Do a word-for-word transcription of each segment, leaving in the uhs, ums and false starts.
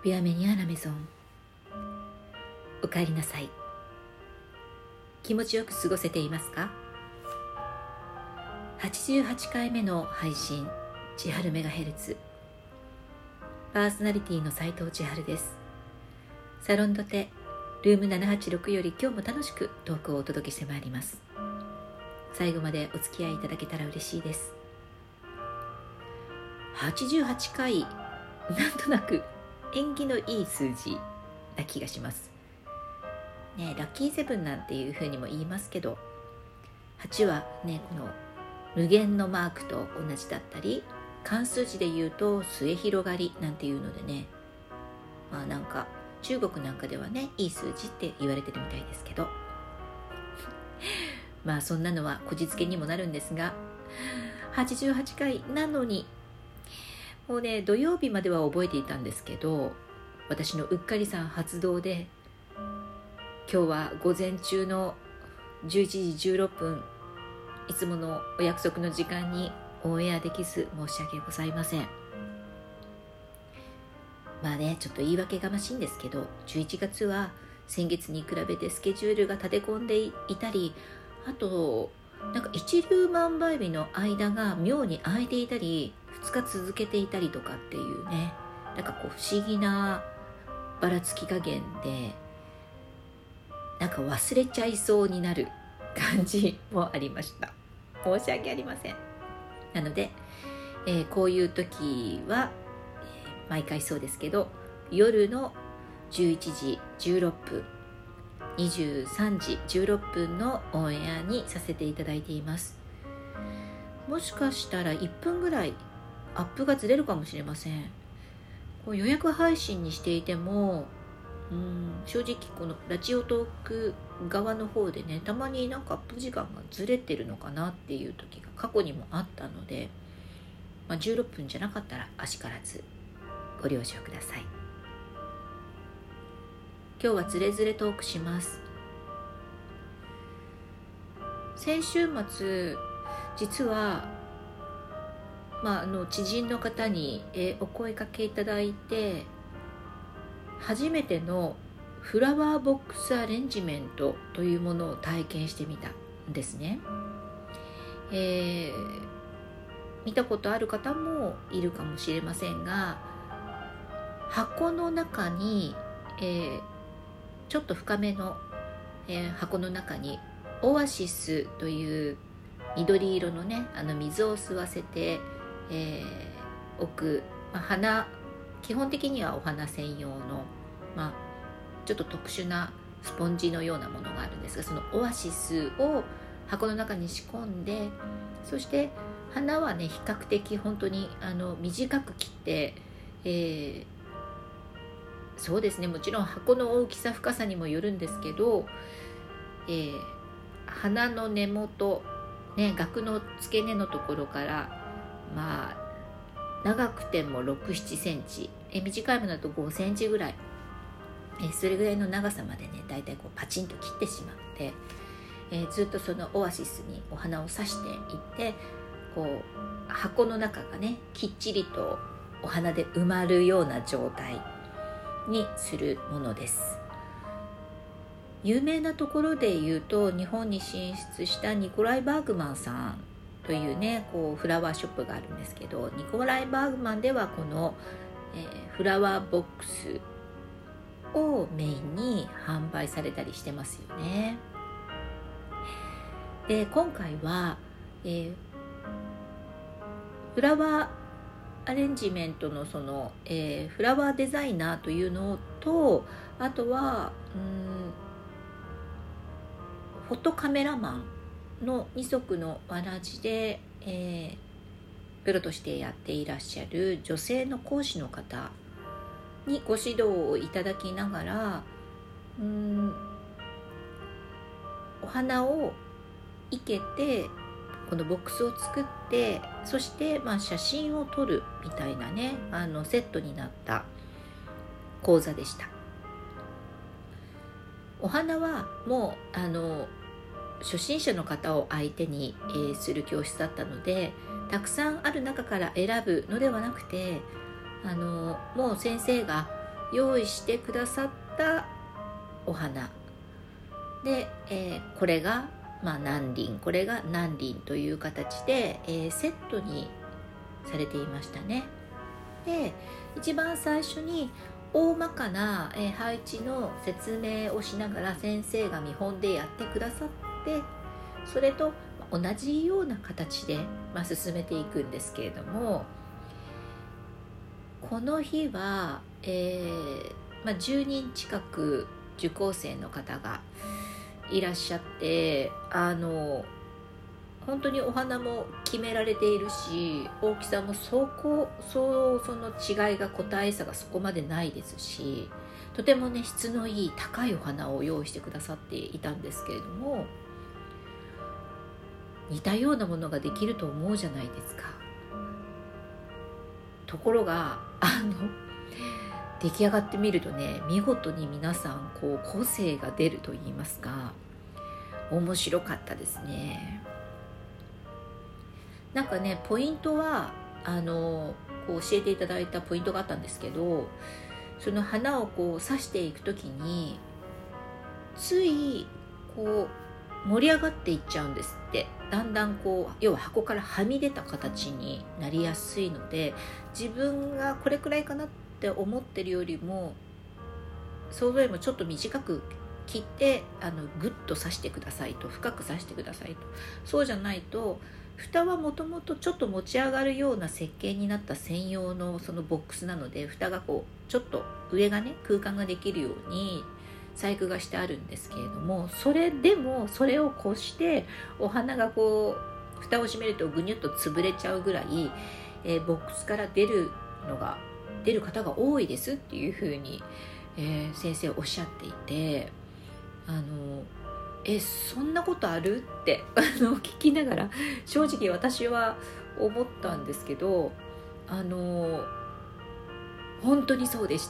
ビアメニアラメゾン、おかえりなさい。気持ちよく過ごせていますか？はちじゅうはちかいめの配信、千春メガヘルツ。パーソナリティの斉藤千春です。サロンドテルームななはちろくより今日も楽しくトークをお届けしてまいります。最後までお付き合いいただけたら嬉しいです。はちじゅうはちかい、なんとなく縁起のいい数字な気がしますね。ラッキーセブンなんていう風にも言いますけど、はちはね、この無限のマークと同じだったり、漢数字で言うと末広がりなんていうのでね、まあなんか中国なんかではね、いい数字って言われてるみたいですけどまあそんなのはこじつけにもなるんですが、はちじゅうはちかいなのにもうね、土曜日までは覚えていたんですけど、私のうっかりさん発動で今日は午前中のじゅういちじじゅうろっぷん、いつものお約束の時間にオンエアできず申し訳ございません。まあね、ちょっと言い訳がましいんですけど、じゅういちがつは先月に比べてスケジュールが立て込んでいたり、あとなんか一粒万倍日の間が妙に空いていたり、ふつか続けていたりとかっていうね、なんかこう不思議なばらつき加減で、なんか忘れちゃいそうになる感じもありました。申し訳ありません。なので、えー、こういう時は、えー、毎回そうですけど、夜のじゅういちじじゅうろっぷん、にじゅうさんじじゅうろっぷんのオンエアにさせていただいています。もしかしたらいっぷんぐらいアップがずれるかもしれません。こう予約配信にしていても、うん、正直このラジオトーク側の方でね、たまになんかアップ時間がずれてるのかなっていう時が過去にもあったので、まあ、じゅうろっぷんじゃなかったらあしからずご了承ください。今日はつれづれトークします。先週末、実は、まあ、あの知人の方に、えー、お声かけいただいて、初めてのフラワーボックスアレンジメントというものを体験してみたんですね。えー、見たことある方もいるかもしれませんが、箱の中に、えー、ちょっと深めの、えー、箱の中にオアシスという緑色のね、あの水を吸わせて、えー、置く、まあ、花、基本的にはお花専用の、まあ、ちょっと特殊なスポンジのようなものがあるんですが、そのオアシスを箱の中に仕込んで、そして花はね、比較的本当にあの短く切って、えー、そうですね、もちろん箱の大きさ深さにもよるんですけど、えー、花の根元、ね、額の付け根のところから、まあ長くてもろく、ななセンチ、え短いものだとごセンチぐらい、えそれぐらいの長さまでね、だいたいこうパチンと切ってしまって、えー、ずっとそのオアシスにお花を挿していって、こう箱の中がね、きっちりとお花で埋まるような状態にするものです。有名なところで言うと、日本に進出したニコライ・バーグマンさんというね、こうフラワーショップがあるんですけど、ニコライ・バーグマンではこの、えー、フラワーボックスをメインに販売されたりしてますよね。で、今回は、えー、フラワーアレンジメントのその、えー、フラワーデザイナーというのと、あとはうんフォトカメラマンのに足のわらじで、えー、プロとしてやっていらっしゃる女性の講師の方にご指導をいただきながら、うーんお花を生けてこのボックスを作って、そしてまあ写真を撮るみたいなね、あのセットになった講座でした。お花はもうあの初心者の方を相手に、えー、する教室だったので、たくさんある中から選ぶのではなくて、あのもう先生が、 用意してくださったお花で、えー、これが、まあ、何輪これが何輪という形で、えー、セットにされていましたね。で一番最初に大まかな、えー、配置の説明をしながら先生が見本でやってくださって、それと同じような形で、まあ、進めていくんですけれども、この日は、えーまあ、じゅうにん近く受講生の方がいらっしゃって、あの本当にお花も決められているし、大きさもそこそうその違いが個体差がそこまでないですし、とてもね質のいい高いお花を用意してくださっていたんですけれども、似たようなものができると思うじゃないですか。ところがあの出来上がってみるとね、見事に皆さんこう個性が出ると言いますか、面白かったですね。なんかねポイントはあのこう教えていただいたポイントがあったんですけど、その花をこう刺していくときについこう盛り上がっていっちゃうんですって。だんだんこう要は箱からはみ出た形になりやすいので、自分がこれくらいかなって思ってるよりも想像よりもちょっと短く切ってあのグッと刺してくださいと、深く刺してくださいと。そうじゃないと蓋はもともとちょっと持ち上がるような設計になった専用のそのボックスなので、蓋がこうちょっと上がね空間ができるように細工がしてあるんですけれども、それでもそれを越してお花がこう蓋を閉めるとぐにゅっと潰れちゃうぐらい、えー、ボックスから出るのが出る方が多いですっていうふうに、えー、先生おっしゃっていて、あのえそんなことあるってあの聞きながら正直私は思ったんですけど、あの本当にそうでした。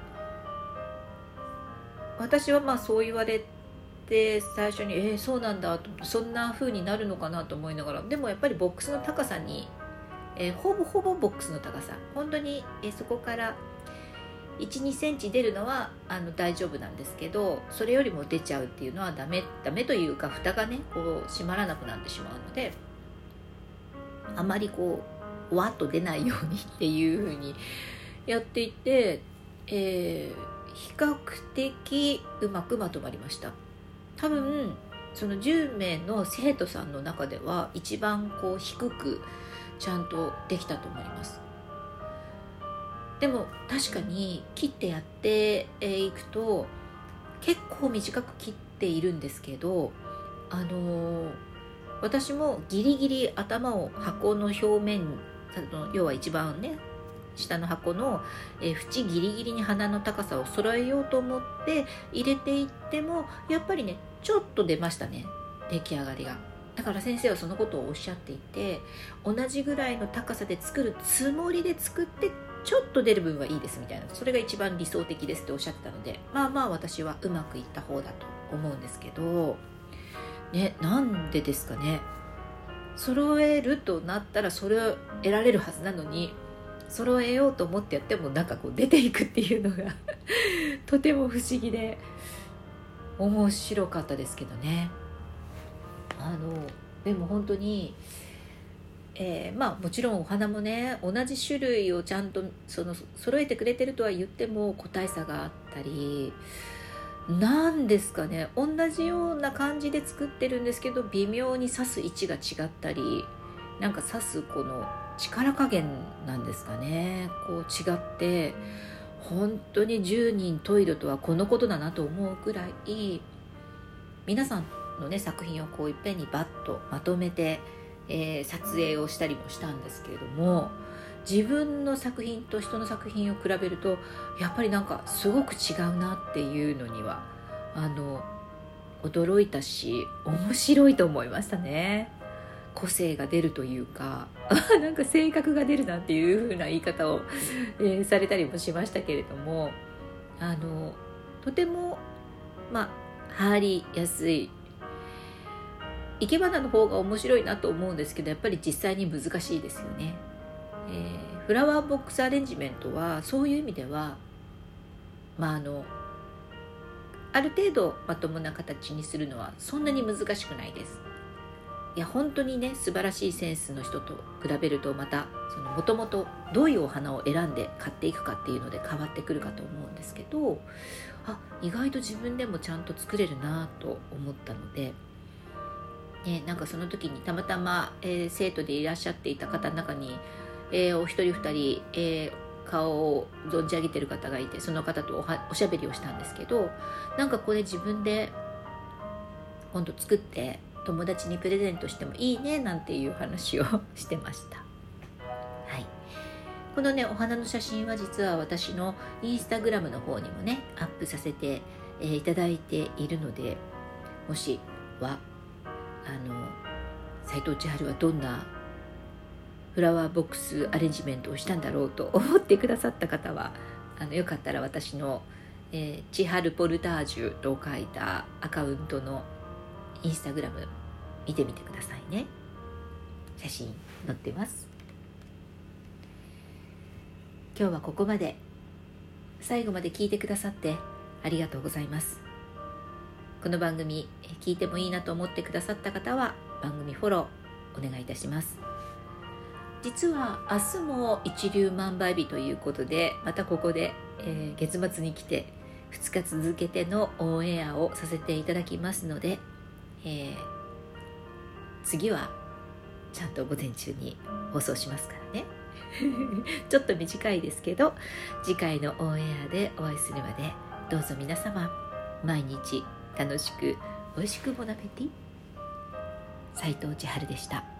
私はまあそう言われて最初にえー、そうなんだと、そんな風になるのかなと思いながら、でもやっぱりボックスの高さに、えー、ほぼほぼボックスの高さ、本当に、えー、そこからいち、にセンチ出るのはあの大丈夫なんですけど、それよりも出ちゃうっていうのはダメダメというか、蓋がねこう閉まらなくなってしまうので、あまりこうわっと出ないようにっていう風にやっていて、えー比較的うまくまとまりました。多分そのじゅうめいの生徒さんの中では一番こう低くちゃんとできたと思います。でも確かに切ってやっていくと結構短く切っているんですけど、あのー、私もギリギリ頭を箱の表面、要は一番ね下の箱の、えー、縁ギリギリに花の高さを揃えようと思って入れていってもやっぱりねちょっと出ましたね、出来上がりが。だから先生はそのことをおっしゃっていて、同じぐらいの高さで作るつもりで作ってちょっと出る分はいいですみたいな、それが一番理想的ですっておっしゃってたので、まあまあ私はうまくいった方だと思うんですけどね。なんでですかね。揃えるとなったらそれを得られるはずなのに、揃えようと思ってやってもなんかこう出ていくっていうのがとても不思議で面白かったですけどね。あのでも本当に、えー、まあもちろんお花もね同じ種類をちゃんとその揃えてくれてるとは言っても個体差があったり、なんですかね、同じような感じで作ってるんですけど微妙に刺す位置が違ったり、なんか刺すこの力加減なんですかね、こう違って、本当にじゅうにんトイレとはこのことだなと思うくらい、皆さんのね作品をこういっぺんにバッとまとめて、えー、撮影をしたりもしたんですけれども、自分の作品と人の作品を比べるとやっぱりなんかすごく違うなっていうのにはあの驚いたし面白いと思いましたね。個性が出るというかなんか性格が出るなんていう風な言い方を、えー、されたりもしましたけれども、あのとてもまあ入りやすい、生け花の方が面白いなと思うんですけど、やっぱり実際に難しいですよね。えー、フラワーボックスアレンジメントはそういう意味ではまああのある程度まともな形にするのはそんなに難しくないです。いや本当にね素晴らしいセンスの人と比べるとまたそのもともとどういうお花を選んで買っていくかっていうので変わってくるかと思うんですけど、あ意外と自分でもちゃんと作れるなと思ったので、ね、なんかその時にたまたま、えー、生徒でいらっしゃっていた方の中に、えー、お一人二人、えー、顔を存じ上げている方がいて、その方と お, はおしゃべりをしたんですけど、なんかこれ自分で今度作って友達にプレゼントしてもいいねなんていう話をしてました。はい、このねお花の写真は実は私のインスタグラムの方にもねアップさせて、えー、いただいているので、もしはあの斉藤千春はどんなフラワーボックスアレンジメントをしたんだろうと思ってくださった方は、あのよかったら私の、えー、千春ポルタージュと書いたアカウントのインスタグラム見てみてくださいね。写真載ってます。今日はここまで。最後まで聞いてくださってありがとうございます。この番組聞いてもいいなと思ってくださった方は番組フォローお願いいたします。実は明日も一粒万倍日ということで、またここで、えー、月末に来てふつか続けてのオンエアをさせていただきますので、えー、次はちゃんと午前中に放送しますからねちょっと短いですけど、次回のオンエアでお会いするまでどうぞ皆様毎日楽しくおいしくボナペティ。斉藤千春でした。